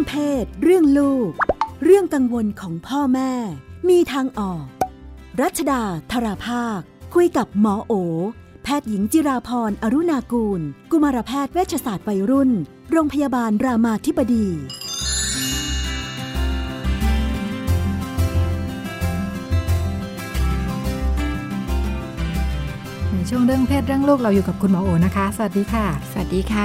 เพศเรื่องลูกเรื่องกังวลของพ่อแม่มีทางออกรัชดาธราภาคคุยกับหมอโอแพทย์หญิงจิราพรอรุณากูลกุมารแพทย์เวชศาสตร์วัยรุ่นโรงพยาบาลรามาธิบดีในช่วงเรื่องเพศเรื่องลูกเราอยู่กับคุณหมอโอนะคะสวัสดีค่ะสวัสดีค่ะ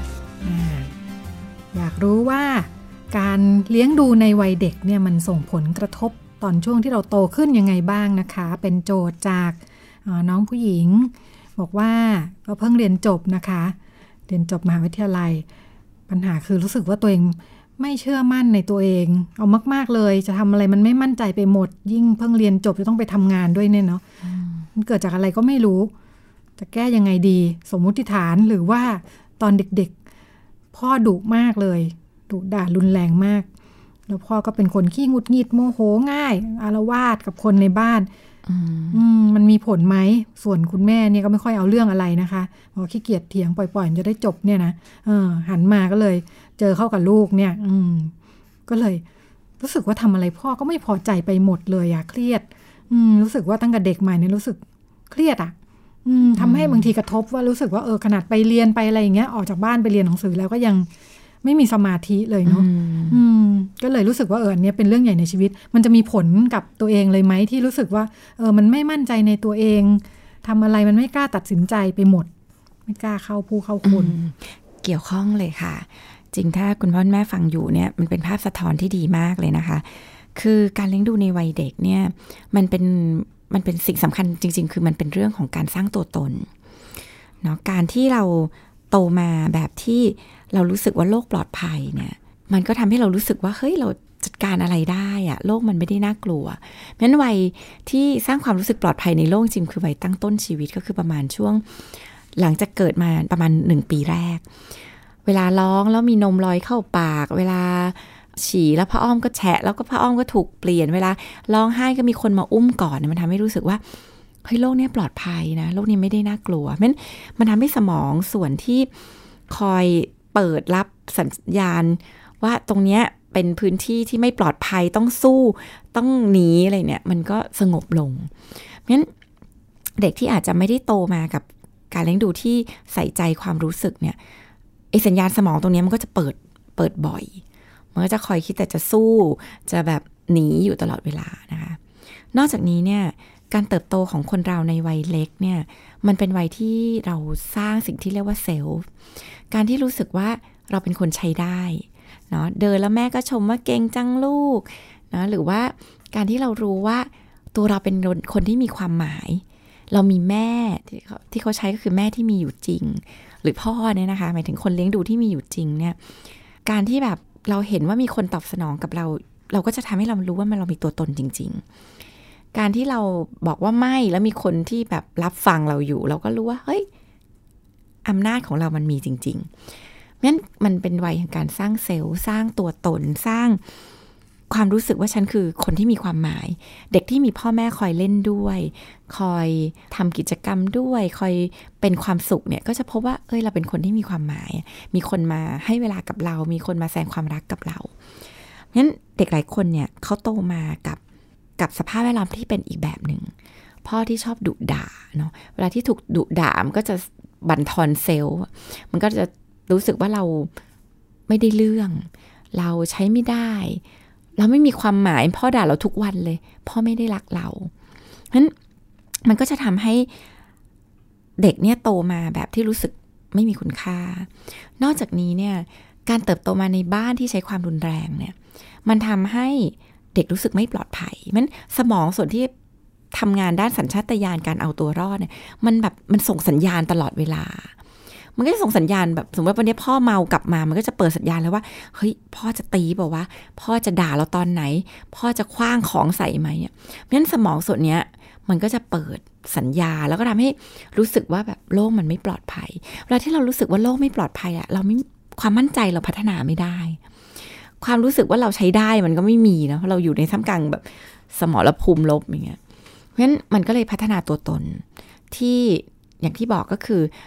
อยากรู้ว่าการเลี้ยงดูในวัยเด็กเนี่ยมันส่งผลกระทบตอนช่วงที่เราโตขึ้นยังไงบ้างนะคะเป็นโจทย์จากน้องผู้หญิงบอกว่าก็เพิ่งเรียนจบนะคะเรียนจบมหาวิทยาลัยปัญหาคือรู้สึกว่าตัวเองไม่เชื่อมั่นในตัวเองเอามากๆเลยจะทำอะไรมันไม่มั่นใจไปหมดยิ่งเพิ่งเรียนจบจะต้องไปทำงานด้วยเนี่ยเนาะมันเกิดจากอะไรก็ไม่รู้จะแก้ยังไงดีสมมุติฐานหรือว่าตอนเด็กๆพ่อดุมากเลยดุด่ารุนแรงมากแล้วพ่อก็เป็นคนขี้หงุดหงิดโมโหง่ายอาละวาดกับคนในบ้านมันมีผลไหมส่วนคุณแม่เนี่ยก็ไม่ค่อยเอาเรื่องอะไรนะคะพอขี้เกียจเถียงปล่อยๆจะได้จบเนี่ยนะหันมาก็เลยเจอเข้ากับลูกเนี่ยก็เลยรู้สึกว่าทำอะไรพ่อก็ไม่พอใจไปหมดเลยอะเครียดรู้สึกว่าตั้งแต่เด็กใหม่เนี่ยรู้สึกเครียดอะทำให้บางทีกระทบว่ารู้สึกว่าขนาดไปเรียนไปอะไรอย่างเงี้ยออกจากบ้านไปเรียนหนังสือแล้วก็ยังไม่มีสมาธิเลยเนาะก็เลยรู้สึกว่าอันนี้เป็นเรื่องใหญ่ในชีวิตมันจะมีผลกับตัวเองเลยไหมที่รู้สึกว่ามันไม่มั่นใจในตัวเองทำอะไรมันไม่กล้าตัดสินใจไปหมดไม่กล้าเข้าผู้เข้าคนเกี่ยวข้องเลยค่ะจริงถ้าคุณพ่อแม่ฟังอยู่เนี่ยมันเป็นภาพสะท้อนที่ดีมากเลยนะคะคือการเลี้ยงดูในวัยเด็กเนี่ยมันเป็นสิ่งสำคัญจริงๆคือมันเป็นเรื่องของการสร้างตัวตนเนาะการที่เราโตมาแบบที่เรารู้สึกว่าโลกปลอดภัยเนี่ยมันก็ทำให้เรารู้สึกว่าเฮ้ยเราจัดการอะไรได้อะโลกมันไม่ได้น่ากลัวเพราะฉะนั้นวัยที่สร้างความรู้สึกปลอดภัยในโลกจริงคือวัยตั้งต้นชีวิตก็คือประมาณช่วงหลังจากเกิดมาประมาณ1 ปีแรกเวลาร้องแล้วมีนมลอยเข้าปากเวลาฉี่แล้วผ้าอ้อมก็แฉะแล้วก็ผ้าอ้อมก็ถูกเปลี่ยนเวลาร้องไห้ก็มีคนมาอุ้มก่อนมันทำให้รู้สึกว่าเฮ้ยโลกนี้ปลอดภัยนะโลกนี้ไม่ได้น่ากลัวมันทำให้สมองส่วนที่คอยเปิดรับสัญญาณว่าตรงเนี้ยเป็นพื้นที่ที่ไม่ปลอดภัยต้องสู้ต้องหนีอะไรเนี่ยมันก็สงบลงเพราะฉะนั้นเด็กที่อาจจะไม่ได้โตมากับการเลี้ยงดูที่ใส่ใจความรู้สึกเนี่ยไอ้สัญญาณสมองตรงนี้มันก็จะเปิดบ่อยมันก็จะคอยคิดแต่จะสู้จะแบบหนีอยู่ตลอดเวลานะคะนอกจากนี้เนี่ยการเติบโตของคนเราในวัยเล็กเนี่ยมันเป็นวัยที่เราสร้างสิ่งที่เรียกว่าเซลฟ์การที่รู้สึกว่าเราเป็นคนใช้ได้เนาะเดินแล้วแม่ก็ชมว่าเก่งจังลูกนะหรือว่าการที่เรารู้ว่าตัวเราเป็นคนที่มีความหมายเรามีแม่ที่เขาใช้ก็คือแม่ที่มีอยู่จริงหรือพ่อเนี่ยนะคะหมายถึงคนเลี้ยงดูที่มีอยู่จริงเนี่ยการที่แบบเราเห็นว่ามีคนตอบสนองกับเราก็จะทำให้เรารู้ว่าเรามีตัวตนจริงๆการที่เราบอกว่าไม่แล้วมีคนที่แบบรับฟังเราอยู่เราก็รู้ว่าเฮ้ยอำนาจของเรามันมีจริงๆงั้นมันเป็นวัยแห่งการสร้างเซลล์สร้างตัวตนสร้างความรู้สึกว่าฉันคือคนที่มีความหมายเด็กที่มีพ่อแม่คอยเล่นด้วยคอยทำกิจกรรมด้วยคอยเป็นความสุขเนี่ยก็จะพบว่าเราเป็นคนที่มีความหมายมีคนมาให้เวลากับเรามีคนมาแสดงความรักกับเรางั้นเด็กหลายคนเนี่ยเขาโตมากับสภาพแวดล้อมที่เป็นอีกแบบหนึ่งพ่อที่ชอบดุด่าเนาะเวลาที่ถูกดุด่ามันก็จะบั่นทอนเซลล์มันก็จะรู้สึกว่าเราไม่ได้เรื่องเราใช้ไม่ได้เราไม่มีความหมายพ่อด่าเราทุกวันเลยพ่อไม่ได้รักเราเพราะฉะนั้นมันก็จะทำให้เด็กเนี่ยโตมาแบบที่รู้สึกไม่มีคุณค่านอกจากนี้เนี่ยการเติบโตมาในบ้านที่ใช้ความรุนแรงเนี่ยมันทำให้เด็กรู้สึกไม่ปลอดภัยมันสมองส่วนที่ทำงานด้านสัญชาตญาณการเอาตัวรอดเนี่ยมันส่งสัญญาณตลอดเวลามันก็จะส่งสัญญาณแบบสมมติวันนี้พ่อเมากลับมามันก็จะเปิดสัญญาณแล้วว่าเฮ้ยพ่อจะตีเปล่าวะพ่อจะด่าเราตอนไหนพ่อจะคว้างของใส่ไหมเนี่ยเพราะฉะนั้นสมองส่วนเนี้ยมันก็จะเปิดสัญญาแล้วก็ทำให้รู้สึกว่าแบบโลกมันไม่ปลอดภัยเวลาที่เรารู้สึกว่าโลกไม่ปลอดภัยอะเราไม่ความมั่นใจเราพัฒนาไม่ได้ความรู้สึกว่าเราใช้ได้มันก็ไม่มีนะเพราะเราอยู่ในท่ามกลางแบบสมรภูมิลบอย่างเงี้ยเพราะฉะนั้นมันก็เลยพัฒนาตัวตนที่อย่างที่บอกก็คือ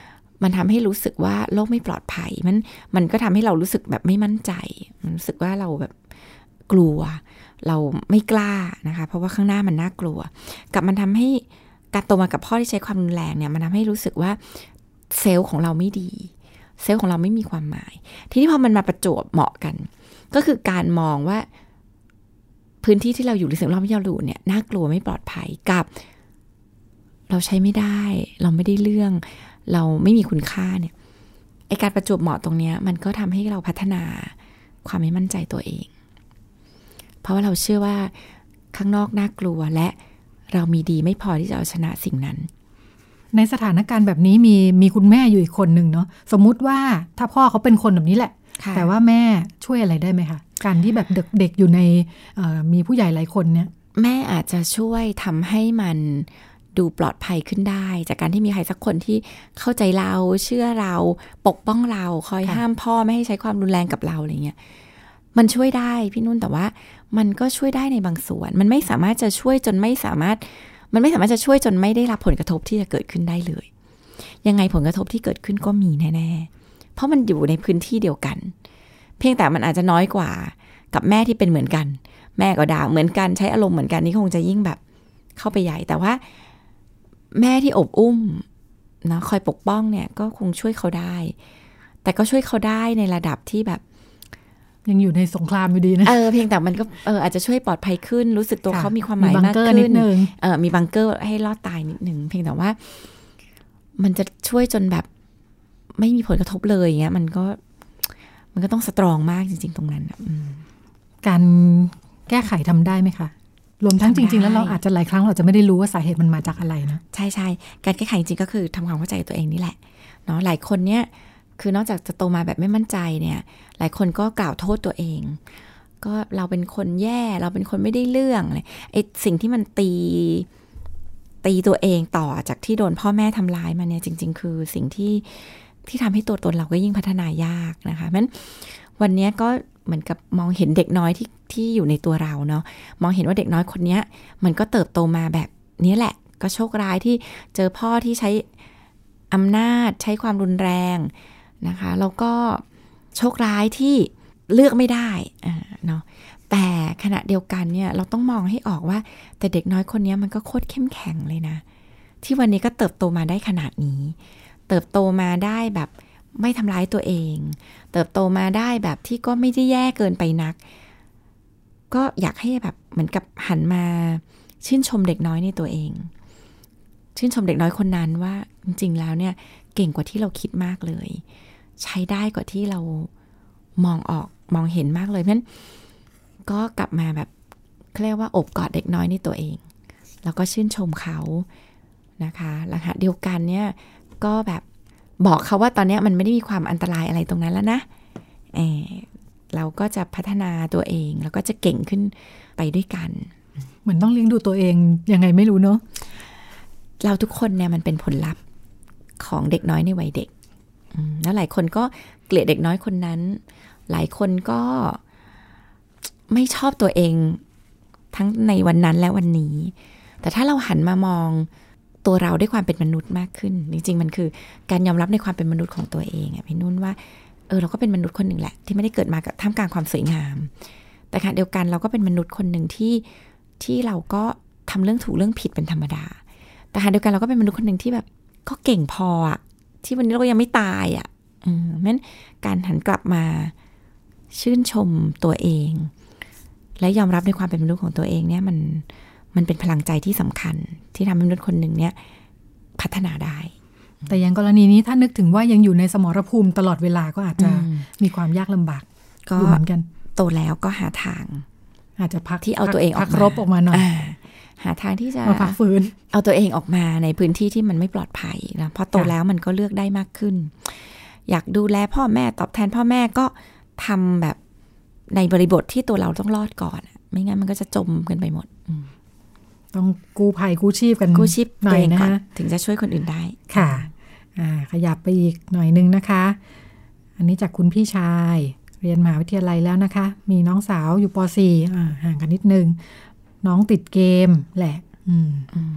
มันทำให้รู้สึกว่าโลกไม่ปลอดภัยมันก็ทำให้เรารู้สึกแบบไม่มั่นใจมันรู้สึกว่าเราแบบกลัวเราไม่กล้านะคะเพราะว่าข้างหน้ามันน่ากลัวกับมันทำให้การโตมากับพ่อที่ใช้ความรุนแรงเนี่ยมันทำให้รู้สึกว่าเซลล์ของเราไม่ดีเซลล์ของเราไม่มีความหมายทีนี้พอมันมาประจวบเหมาะกันก็คือการมองว่าพื้นที่ที่เราอยู่หรือสิ่งรอบที่เราอยู่เนี่ยน่ากลัวไม่ปลอดภัยกับเราใช้ไม่ได้เราไม่ได้เรื่องเราไม่มีคุณค่าเนี่ยไอการประจวบเหมาะตรงนี้มันก็ทำให้เราพัฒนาความไม่มั่นใจตัวเองเพราะว่าเราเชื่อว่าข้างนอกน่ากลัวและเรามีดีไม่พอที่จะเอาชนะสิ่งนั้นในสถานการณ์แบบนี้มีคุณแม่อยู่อีกคนหนึ่งเนาะสมมุติว่าถ้าพ่อเขาเป็นคนแบบนี้แหละแต่ว่าแม่ช่วยอะไรได้ไหมคะการที่แบบเด็กอยู่ในมีผู้ใหญ่หลายคนเนี่ยแม่อาจจะช่วยทำให้มันดูปลอดภัยขึ้นได้จากการที่มีใครสักคนที่เข้าใจเราเชื่อเราปกป้องเราคอยห้ามพ่อไม่ให้ใช้ความรุนแรงกับเราอะไรเงี้ยมันช่วยได้พี่นุ่นแต่ว่ามันก็ช่วยได้ในบางส่วนมันไม่สามารถจะช่วยจนไม่สามารถจะช่วยจนไม่ได้รับผลกระทบที่จะเกิดขึ้นได้เลยยังไงผลกระทบที่เกิดขึ้นก็มีแน่ๆเพราะมันอยู่ในพื้นที่เดียวกันเพียงแต่มันอาจจะน้อยกว่ากับแม่ที่เป็นเหมือนกันแม่ก็ด่าเหมือนกันใช้อารมณ์เหมือนกันนี่คงจะยิ่งแบบเข้าไปใหญ่แต่ว่าแม่ที่อบอุ้มนะคอยปกป้องเนี่ยก็คงช่วยเขาได้แต่ก็ช่วยเขาได้ในระดับที่แบบยังอยู่ในสงครามอยู่ดีนะเพียงแต่มันก็อาจจะช่วยปลอดภัยขึ้นรู้สึกตัวเขามีความหมายมากขึ้นมีบังเกอร์ให้รอดตายนิดนึงเพียงแต่ว่ามันจะช่วยจนแบบไม่มีผลกระทบเลยอย่างเงี้ยมันก็ต้องสตรองมากจริงๆตรงนั้นการแก้ไขทำได้ไหมคะรวมทั้งจริงๆแล้วเราอาจจะหลายครั้งเราจะไม่ได้รู้ว่าสาเหตุมันมาจากอะไรนะใช่ๆการแก้ไขจริงๆก็คือทำความเข้าใจตัวเองนี่แหละเนาะหลายคนเนี่ยคือนอกจากจะโตมาแบบไม่มั่นใจเนี่ยหลายคนก็กล่าวโทษตัวเองก็เราเป็นคนแย่เราเป็นคนไม่ได้เรื่องเลยไอ้สิ่งที่มันตีตัวเองต่อจากที่โดนพ่อแม่ทำร้ายมาเนี่ยจริงๆคือสิ่งที่ทำให้ตัวตนเราก็ยิ่งพัฒนายากนะคะเพราะฉะนั้นวันนี้ก็เหมือนกับมองเห็นเด็กน้อยที่อยู่ในตัวเราเนาะมองเห็นว่าเด็กน้อยคนนี้มันก็เติบโตมาแบบนี้แหละก็โชคร้ายที่เจอพ่อที่ใช้อำนาจใช้ความรุนแรงนะคะแล้วก็โชคร้ายที่เลือกไม่ได้เนาะแต่ขณะเดียวกันเนี่ยเราต้องมองให้ออกว่าแต่เด็กน้อยคนนี้มันก็โคตรเข้มแข็งเลยนะที่วันนี้ก็เติบโตมาได้ขนาดนี้เติบโตมาได้แบบไม่ทำร้ายตัวเองเติบโตมาได้แบบที่ก็ไม่ได้แย่เกินไปนักก็อยากให้แบบเหมือนกับหันมาชื่นชมเด็กน้อยในตัวเองชื่นชมเด็กน้อยคนนั้นว่าจริงๆแล้วเนี่ยเก่งกว่าที่เราคิดมากเลยใช้ได้กว่าที่เรามองเห็นมากเลยเพราะฉะนั้นก็กลับมาแบบเรียกว่าอบกอดเด็กน้อยในตัวเองแล้วก็ชื่นชมเขานะคะแล้วเดียวกันเนี่ยก็แบบบอกเขาว่าตอนนี้มันไม่ได้มีความอันตรายอะไรตรงนั้นแล้วนะเราก็จะพัฒนาตัวเองแล้วก็จะเก่งขึ้นไปด้วยกันเหมือนต้องเลี้ยงดูตัวเองยังไงไม่รู้เนาะเราทุกคนเนี่ยมันเป็นผลลัพธ์ของเด็กน้อยในวัยเด็กแล้วหลายคนก็เกลียดเด็กน้อยคนนั้นหลายคนก็ไม่ชอบตัวเองทั้งในวันนั้นและวันนี้แต่ถ้าเราหันมามองตัวเราด้วยความเป็นมนุษย์มากขึ้นจริงๆมันคือการยอมรับในความเป็นมนุษย์ของตัวเองพี่นุ่นว่าเราก็เป็นมนุษย์คนหนึ่งแหละที่ไม่ได้เกิดมากับท่ามกลางความสวยงามแต่ขณะเดียวกันเราก็เป็นมนุษย์คนหนึ่งที่เราก็ทำเรื่องถูกเรื่องผิดเป็นธรรมดาแต่ขณะเดียวกันเราก็เป็นมนุษย์คนหนึ่งที่แบบก็เก่งพออะที่วันนี้เราก็ยังไม่ตายอะงั้นการหันกลับมาชื่นชมตัวเองและยอมรับในความเป็นมนุษย์ของตัวเองเนี่ยมันเป็นพลังใจที่สำคัญที่ทำให้มนุษย์คนหนึ่งเนี่ยพัฒนาได้แต่อย่างกรณีนี้ถ้านึกถึงว่ายังอยู่ในสมรภูมิตลอดเวลาก็อาจจะมีความยากลำบากอยู่เหมือนกันโตแล้วก็หาทางอาจจะพักที่เอาตัวเองออกมารบออกมาหน่อยหาทางที่จะพักฟื้นเอาตัวเองออกมาในพื้นที่ที่มันไม่ปลอดภัยนะพอโตแล้วมันก็เลือกได้มากขึ้นอยากดูแลพ่อแม่ตอบแทนพ่อแม่ก็ทำแบบในบริบทที่ตัวเราต้องรอดก่อนไม่งั้นมันก็จะจมกันไปหมดต้องกู้ภัยกู้ชีพกันหน่อยนะคะถึงจะช่วยคนอื่นได้ค่ะขยับไปอีกหน่อยนึงนะคะอันนี้จากคุณพี่ชายเรียนมหาวิทยาลัยแล้วนะคะมีน้องสาวอยู่ป .4 ห่างกันนิดนึงน้องติดเกมแหละแต่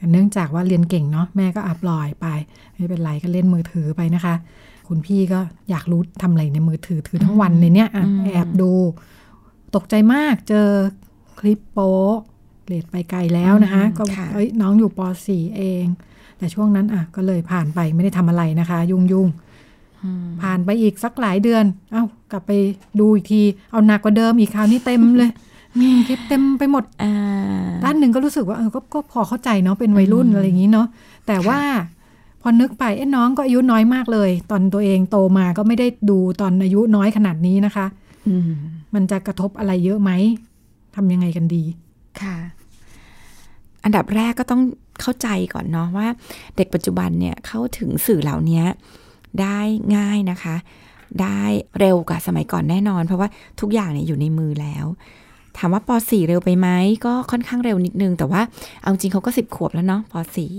เนื่องจากว่าเรียนเก่งเนาะแม่ก็ปล่อยไปไม่เป็นไรก็เล่นมือถือไปนะคะคุณพี่ก็อยากรู้ทำอะไรในมือถือทั้งวันเลยเนี่ยแอบดูตกใจมากเจอคลิปโป๊เกรดไปไกลแล้วนะคะก็น้องอยู่ป .4 เองแต่ช่วงนั้นก็เลยผ่านไปไม่ได้ทำอะไรนะคะยุ่งผ่านไปอีกสักหลายเดือนกลับไปดูอีกทีเอาหนักกว่าเดิมอีกคราวนี้เต็มเลยคลิปเต็มไปหมดด้านหนึ่งก็รู้สึกว่าก็พอเข้าใจเนาะเป็นวัยรุ่นอะไรอย่างนี้เนาะแต่ว่าพอนึกไปน้องก็อายุน้อยมากเลยตอนตัวเองโตมาก็ไม่ได้ดูตอนอายุน้อยขนาดนี้นะคะมันจะกระทบอะไรเยอะไหมทำยังไงกันดีค่ะอันดับแรกก็ต้องเข้าใจก่อนเนาะว่าเด็กปัจจุบันเนี่ยเข้าถึงสื่อเหล่านี้ได้ง่ายนะคะได้เร็วกว่าสมัยก่อนแน่นอนเพราะว่าทุกอย่างเนี่ยอยู่ในมือแล้วถามว่าป .4 เร็วไปไหมก็ค่อนข้างเร็วนิดนึงแต่ว่าเอาจริงเขาก็10 ขวบแล้วเนาะป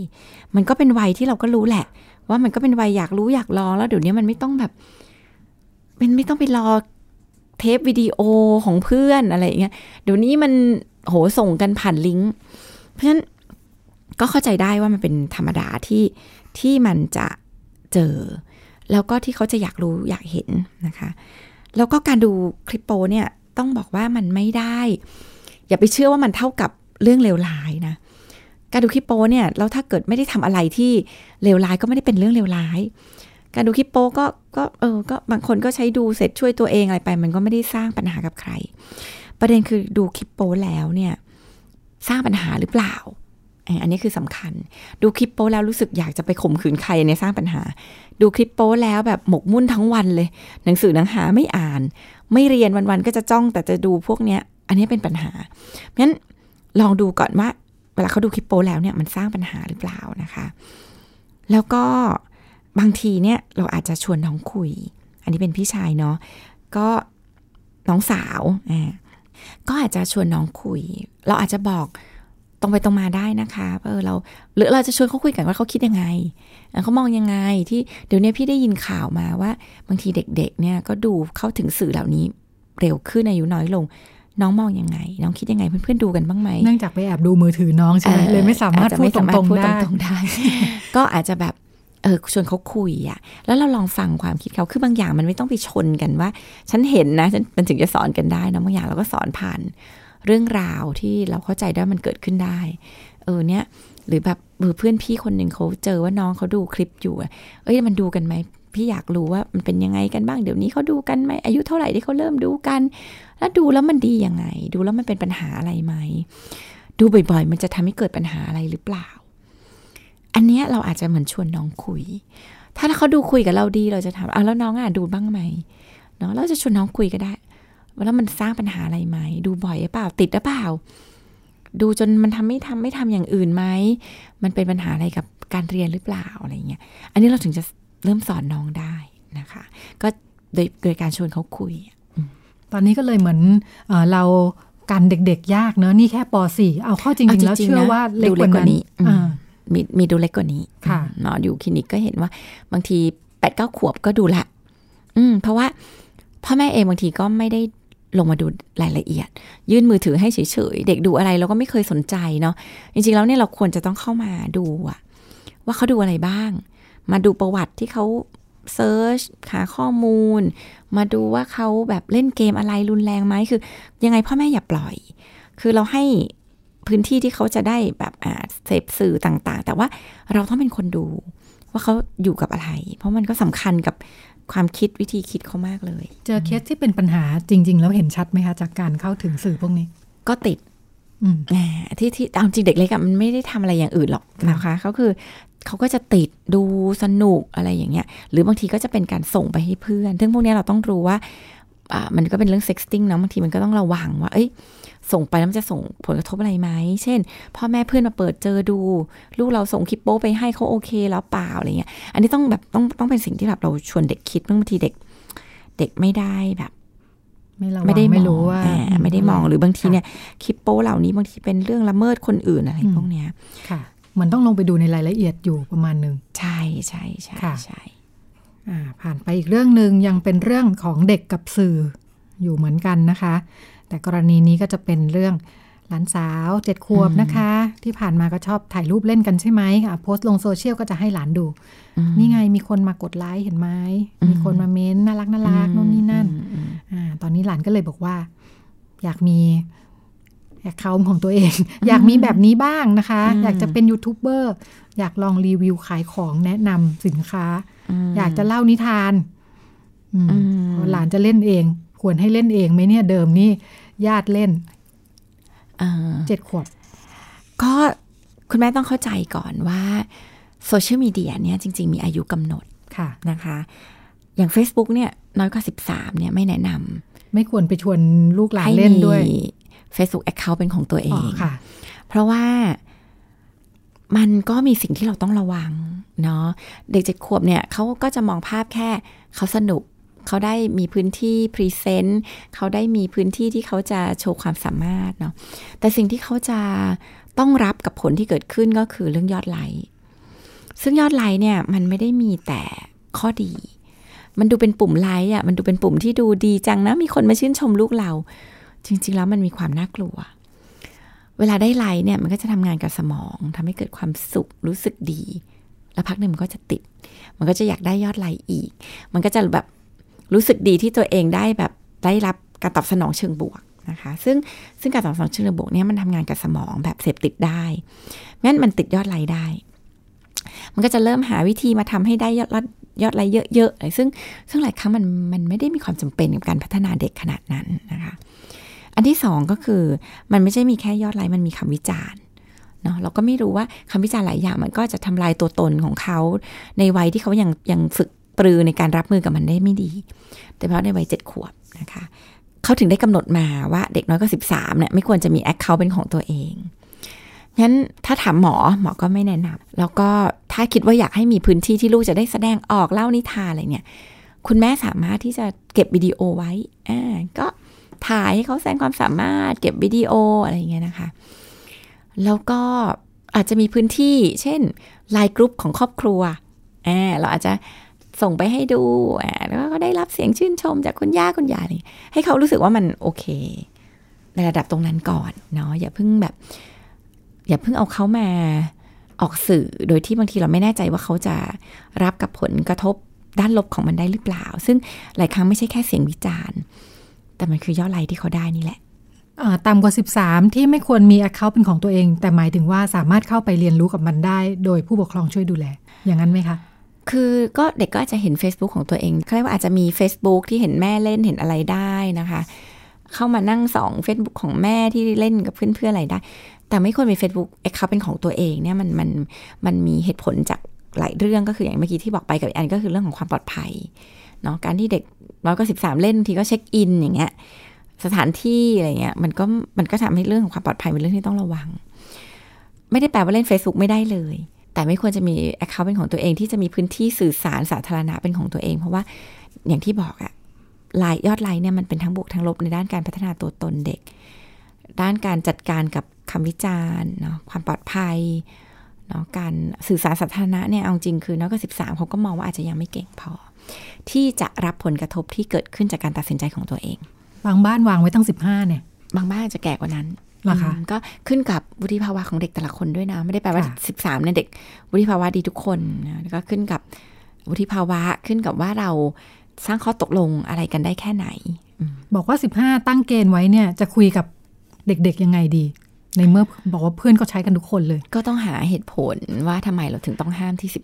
.4 มันก็เป็นวัยที่เราก็รู้แหละว่ามันก็เป็นวัยอยากรู้อยากลองแล้วเดี๋ยวนี้มันไม่ต้องแบบมันไม่ต้องไปรอเทปวิดีโอของเพื่อนอะไรอย่างเงี้ยเดี๋ยวนี้มันส่งกันผ่านลิงก์เพราะฉะนั้นก็เข้าใจได้ว่ามันเป็นธรรมดาที่มันจะเจอแล้วก็ที่เขาจะอยากรู้อยากเห็นนะคะแล้วก็การดูคลิปโป๊เนี่ยต้องบอกว่ามันไม่ได้อย่าไปเชื่อว่ามันเท่ากับเรื่องเลวร้ายนะการดูคลิปโป๊เนี่ยแล้วถ้าเกิดไม่ได้ทำอะไรที่เลวร้ายก็ไม่ได้เป็นเรื่องเลวร้ายการดูคลิปโป๊ก็บางคนก็ใช้ดูเสร็จช่วยตัวเองอะไรไปมันก็ไม่ได้สร้างปัญหากับใครประเด็นคือดูคลิปโป๊แล้วเนี่ยสร้างปัญหาหรือเปล่าอันนี้คือสำคัญดูคลิปโป๊แล้วรู้สึกอยากจะไปข่มขืนใครเนี่ยสร้างปัญหาดูคลิปโป๊แล้วแบบหมกมุ่นทั้งวันเลยหนังสือหนังหาไม่อ่านไม่เรียนวันๆก็จะจ้องแต่จะดูพวกเนี้ยอันนี้เป็นปัญหาเพราะฉะนั้นลองดูก่อนว่าเวลาเขาดูคลิปโป๊แล้วเนี่ยมันสร้างปัญหาหรือเปล่านะคะแล้วก็บางทีเนี่ยเราอาจจะชวนน้องคุยอันนี้เป็นพี่ชายเนาะก็น้องสาวก็อาจจะชวนน้องคุยเราอาจจะบอกตรงไปตรงมาได้นะคะหรือเราจะชวนเขาคุยกันว่าเขาคิดยังไงเขามองยังไงที่เดี๋ยวนี้พี่ได้ยินข่าวมาว่าบางทีเด็กๆเนี่ยก็ดูเข้าถึงสื่อเหล่านี้เร็วขึ้นอายุน้อยลงน้องมองยังไงน้องคิดยังไงเพื่อนๆดูกันบ้างไหมเนื่องจากไปแอบดูมือถือน้องใช่ไหมเลยไม่สามารถพูดตรงๆได้ก็อาจจะแบบชวนเขาคุยแล้วเราลองฟังความคิดเขาคือบางอย่างมันไม่ต้องไปชนกันว่าฉันเห็นนะมันถึงจะสอนกันได้นะบางอย่างเราก็สอนผ่านเรื่องราวที่เราเข้าใจได้มันเกิดขึ้นได้เนี่ยหรือแบบเพื่อนพี่คนหนึ่งเขาเจอว่าน้องเขาดูคลิปอยู่มันดูกันไหมพี่อยากรู้ว่ามันเป็นยังไงกันบ้างเดี๋ยวนี้เขาดูกันไหมอายุเท่าไหร่ที่เขาเริ่มดูกันแล้วดูแล้วมันดียังไงดูแล้วมันเป็นปัญหาอะไรไหมดูบ่อยๆมันจะทำให้เกิดปัญหาอะไรหรือเปล่าอันเนี้ยเราอาจจะเหมือนชวนน้องคุยถ้าเขาดูคุยกับเราดีเราจะถามแล้วน้องดูบ้างไหมเนาะเราจะชวนน้องคุยก็ได้แล้วมันสร้างปัญหาอะไรไหมดูบ่อยหรือเปล่าติดหรือเปล่าดูจนมันไม่ทำอย่างอื่นไหมมันเป็นปัญหาอะไรกับการเรียนหรือเปล่าอะไรเงี้ยอันนี้เราถึงจะเริ่มสอนน้องได้นะคะก็โดยการชวนเขาคุยตอนนี้ก็เลยเหมือนเรากันเด็กๆยากเนอะนี่แค่ป .4 เอาเข้าจริงๆแล้วเชื่อว่าเล็กกว่านี้มีดูเล็กกว่านี้เนาะอยู่คลินิกก็เห็นว่าบางที 8-9 ขวบก็ดูละเพราะว่าพ่อแม่เองบางทีก็ไม่ได้ลงมาดูรายละเอียดยื่นมือถือให้เฉยๆเด็กดูอะไรเราก็ไม่เคยสนใจเนาะจริงๆแล้วเนี่ยเราควรจะต้องเข้ามาดูว่าเขาดูอะไรบ้างมาดูประวัติที่เขาเซิร์ชหาข้อมูลมาดูว่าเขาแบบเล่นเกมอะไรรุนแรงไหมคือยังไงพ่อแม่อย่าปล่อยคือเราให้พื้นที่ที่เขาจะได้แบบเสพสื่อต่างๆแต่ว่าเราต้องเป็นคนดูว่าเขาอยู่กับอะไรเพราะมันก็สำคัญกับความคิดวิธีคิดเขามากเลยเจอเคสที่เป็นปัญหาจริงๆแล้วเห็นชัดไหมคะจากการเข้าถึงสื่อพวกนี้ก็ติดที่ตามจริงเด็กเล็กมันไม่ได้ทำอะไรอย่างอื่นหรอกนะคะเขาก็จะติดดูสนุกอะไรอย่างเงี้ยหรือบางทีก็จะเป็นการส่งไปให้เพื่อนซึ่งพวกนี้เราต้องรู้ว่ามันก็เป็นเรื่องเซ็กซ์ติ้งเนาะบางทีมันก็ต้องระวังว่าส่งไปแล้วมันจะส่งผลกระทบอะไรไหมเช่นพ่อแม่เพื่อนมาเปิดเจอดูลูกเราส่งคลิปโป๊ไปให้เขาโอเคแล้วเปล่าอะไรเงี้ยอันนี้ต้องแบบต้องเป็นสิ่งที่แบบเราชวนเด็กคิดบางทีเด็กไม่ได้แบบไม่ได้ไม่รู้ว่าไม่ได้มองหรือบางทีเนี่ยคลิปโป๊เหล่านี้บางทีเป็นเรื่องละเมิดคนอื่นอะไรพวกเนี้ยค่ะมันต้องลงไปดูในรายละเอียดอยู่ประมาณนึงใช่ใช่ใช่ใช่ผ่านไปอีกเรื่องนึงยังเป็นเรื่องของเด็กกับสื่ออยู่เหมือนกันนะคะแต่กรณีนี้ก็จะเป็นเรื่องหลานสาว7 ขวบนะคะที่ผ่านมาก็ชอบถ่ายรูปเล่นกันใช่ไหมโพสต์ลงโซเชียลก็จะให้หลานดูนี่ไงมีคนมากดไลค์เห็นไหมมีคนมาเม้นน่ารักนู่นนี่นั่นตอนนี้หลานก็เลยบอกว่าอยากมีแอคเคาท์ของตัวเอง อยากมีแบบนี้บ้างนะคะอยากจะเป็นยูทูบเบอร์อยากลองรีวิวขายของแนะนำสินค้าอยากจะเล่านิทานหลานจะเล่นเองควรให้เล่นเองไหมเนี่ยเดิมนี่ญาติเล่น7 ขวบก็คุณแม่ต้องเข้าใจก่อนว่าโซเชียลมีเดียเนี่ยจริงๆมีอายุกำหนดนะคะอย่าง Facebook เนี่ยน้อยกว่า13เนี่ยไม่แนะนำไม่ควรไปชวนลูกหลานเล่นด้วย Facebook Account เป็นของตัวเองเพราะว่ามันก็มีสิ่งที่เราต้องระวังเนาะเด็ก7 ขวบเนี่ยเขาก็จะมองภาพแค่เขาสนุกเขาได้มีพื้นที่พรีเซนต์เขาได้มีพื้นที่ที่เขาจะโชว์ความสามารถเนาะแต่สิ่งที่เขาจะต้องรับกับผลที่เกิดขึ้นก็คือเรื่องยอดไลค์ซึ่งยอดไลค์เนี่ยมันไม่ได้มีแต่ข้อดีมันดูเป็นปุ่มไลค์อ่ะมันดูเป็นปุ่มที่ดูดีจังนะมีคนมาชื่นชมลูกเราจริงๆแล้วมันมีความน่ากลัวเวลาได้ไลค์เนี่ยมันก็จะทำงานกับสมองทำให้เกิดความสุขรู้สึกดีแล้วพักหนึ่งมันก็จะติดมันก็จะอยากได้ยอดไลค์อีกมันก็จะแบบรู้สึกดีที่ตัวเองได้แบบได้รับการตอบสนองเชิงบวกนะคะซึ่งการตอบสนองเชิงบวกเนี่ยมันทำงานกับสมองแบบเสพติดได้งั้นมันติดยอดไลค์ได้มันก็จะเริ่มหาวิธีมาทำให้ได้ยอดไลค์เยอะๆซึ่งหลายครั้งมันไม่ได้มีความจำเป็นกับการพัฒนาเด็กขนาดนั้นนะคะอันที่2ก็คือมันไม่ใช่มีแค่ยอดไลค์มันมีคำวิจารณ์เนาะเราก็ไม่รู้ว่าคำวิจารณ์หลายอย่างมันก็จะทำลายตัวตนของเขาในวัยที่เขายังฝึกปรือในการรับมือกับมันได้ไม่ดีแต่เพราะในวัย7 ขวบนะคะเขาถึงได้กำหนดมาว่าเด็กน้อยกว่า13เนี่ยไม่ควรจะมีแอคเคาท์เป็นของตัวเองงั้นถ้าถามหมอก็ไม่แนะนำแล้วก็ถ้าคิดว่าอยากให้มีพื้นที่ที่ลูกจะได้แสดงออกเล่านิทานอะไรเนี่ยคุณแม่สามารถที่จะเก็บวิดีโอไว้ก็ถ่ายให้เขาแสดงความสามารถเก็บวิดีโออะไรอย่างเงี้ยนะคะแล้วก็อาจจะมีพื้นที่เช่นไลน์กรุ๊ปของครอบครัวเราอาจจะส่งไปให้ดูแล้วก็ได้รับเสียงชื่นชมจากคุณย่าคุณยายให้เขารู้สึกว่ามันโอเคในระดับตรงนั้นก่อนเนาะอย่าเพิ่งเอาเขามาออกสื่อโดยที่บางทีเราไม่แน่ใจว่าเขาจะรับกับผลกระทบด้านลบของมันได้หรือเปล่าซึ่งหลายครั้งไม่ใช่แค่เสียงวิจารณ์แต่มันคือยอดไลค์ที่เขาได้นี่แหละต่ำกว่า13ที่ไม่ควรมี account เป็นของตัวเองแต่หมายถึงว่าสามารถเข้าไปเรียนรู้กับมันได้โดยผู้ปกครองช่วยดูแลอย่างนั้นไหมคะคือก็เด็กก็อาจจะเห็น Facebook ของตัวเองเขาเรียกว่าอาจจะมี Facebook ที่เห็นแม่เล่นเห็นอะไรได้นะคะเข้ามานั่งส่อง Facebook ของแม่ที่เล่นกับเพื่อนๆอะไรได้แต่ไม่ควรมี Facebook account เป็นของตัวเองเนี่ยมันมีเหตุผลจากหลายเรื่องก็คืออย่างเมื่อกี้ที่บอกไปกับอันก็คือเรื่องของความปลอดภัยเนาะการที่เด็กน้อยกว่า13เล่นทีก็เช็คอินอย่างเงี้ยสถานที่อะไรเงี้ยมันก็ทำให้เรื่องของความปลอดภัยเป็นเรื่องที่ต้องระวังไม่ได้แปลว่าเล่น Facebook ไม่ได้เลยแต่ไม่ควรจะมี account เป็นของตัวเองที่จะมีพื้นที่สื่อสารสาธารณะเป็นของตัวเองเพราะว่าอย่างที่บอกอะยอดไลค์เนี่ยมันเป็นทั้งบวกทั้งลบในด้านการพัฒนาตัวตนเด็กด้านการจัดการกับคำวิจารณ์เนาะความปลอดภัยเนาะการสื่อสารสาธารณะเนี่ยเอาจริงคือน้อยกว่า13เขาก็มองว่าอาจจะยังไม่เก่งพอที่จะรับผลกระทบที่เกิดขึ้นจากการตัดสินใจของตัวเองบางบ้านวางไว้ตั้ง15เนี่ยบางบ้านจะแก่กว่านั้นนะคะก็ขึ้นกับวุฒิภาวะของเด็กแต่ละคนด้วยนะไม่ได้แปลว่า13เนี่ยเด็กวุฒิภาวะดีทุกคนนะก็ขึ้นกับวุฒิภาวะขึ้นกับว่าเราสร้างข้อตกลงอะไรกันได้แค่ไหนบอกว่า15ตั้งเกณฑ์ไว้เนี่ยจะคุยกับเด็กๆยังไงดีในเมื่อบอกว่าเพื่อนก็ใช้กันทุกคนเลยก็ต้องหาเหตุผลว่าทำไมเราถึงต้องห้ามที่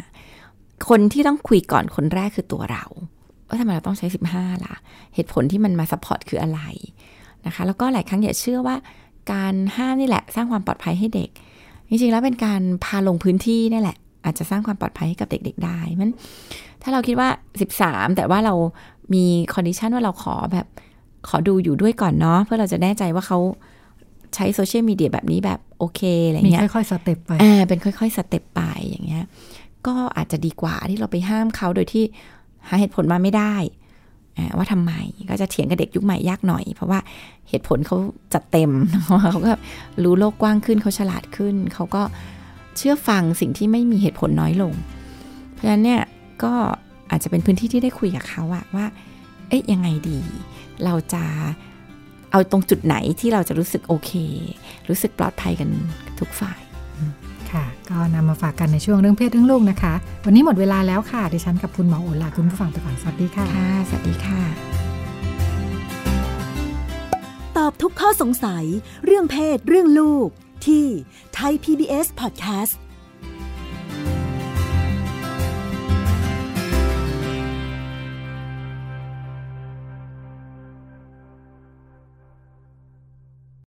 15คนที่ต้องคุยก่อนคนแรกคือตัวเราว่าทำไมเราต้องใช้15ล่ะเหตุผลที่มันมาซัพพอร์ตคืออะไรนะคะแล้วก็หลายครั้งอย่าเชื่อว่าการห้ามนี่แหละสร้างความปลอดภัยให้เด็กจริงๆแล้วเป็นการพาลงพื้นที่นี่แหละอาจจะสร้างความปลอดภัยให้กับเด็กๆได้มันถ้าเราคิดว่า13แต่ว่าเรามีคอนดิชันว่าเราขอดูอยู่ด้วยก่อนเนาะเพื่อเราจะแน่ใจว่าเขาใช้โซเชียลมีเดียแบบนี้แบบโอเคอะไรเงี้ยมีค่อยๆสเต็ปไปเป็นค่อยๆสเต็ปไปอย่างเงี้ยก็อาจจะดีกว่าที่เราไปห้ามเขาโดยที่หาเหตุผลมาไม่ได้ว่าทำไมก็จะเถียงกับเด็กยุคใหม่ยากหน่อยเพราะว่าเหตุผลเขาจัดเต็มเขาก็รู้โลกกว้างขึ้นเขาฉลาดขึ้นเขาก็เชื่อฟังสิ่งที่ไม่มีเหตุผลน้อยลงเพราะฉะนั้นเนี่ยก็อาจจะเป็นพื้นที่ที่ได้คุยกับเขาว่ายังไงดีเราจะเอาตรงจุดไหนที่เราจะรู้สึกโอเครู้สึกปลอดภัยกันทุกฝ่ายค่ะก็นำมาฝากกันในช่วงเรื่องเพศเรื่องลูกนะคะวันนี้หมดเวลาแล้วค่ะดิฉันกับคุณหมอโอลาคุณผู้ฟังไปก่อนสวัสดีค่ะค่ะสวัสดีค่ะตอบทุกข้อสงสัยเรื่องเพศเรื่องลูกที่ Thai PBS Podcast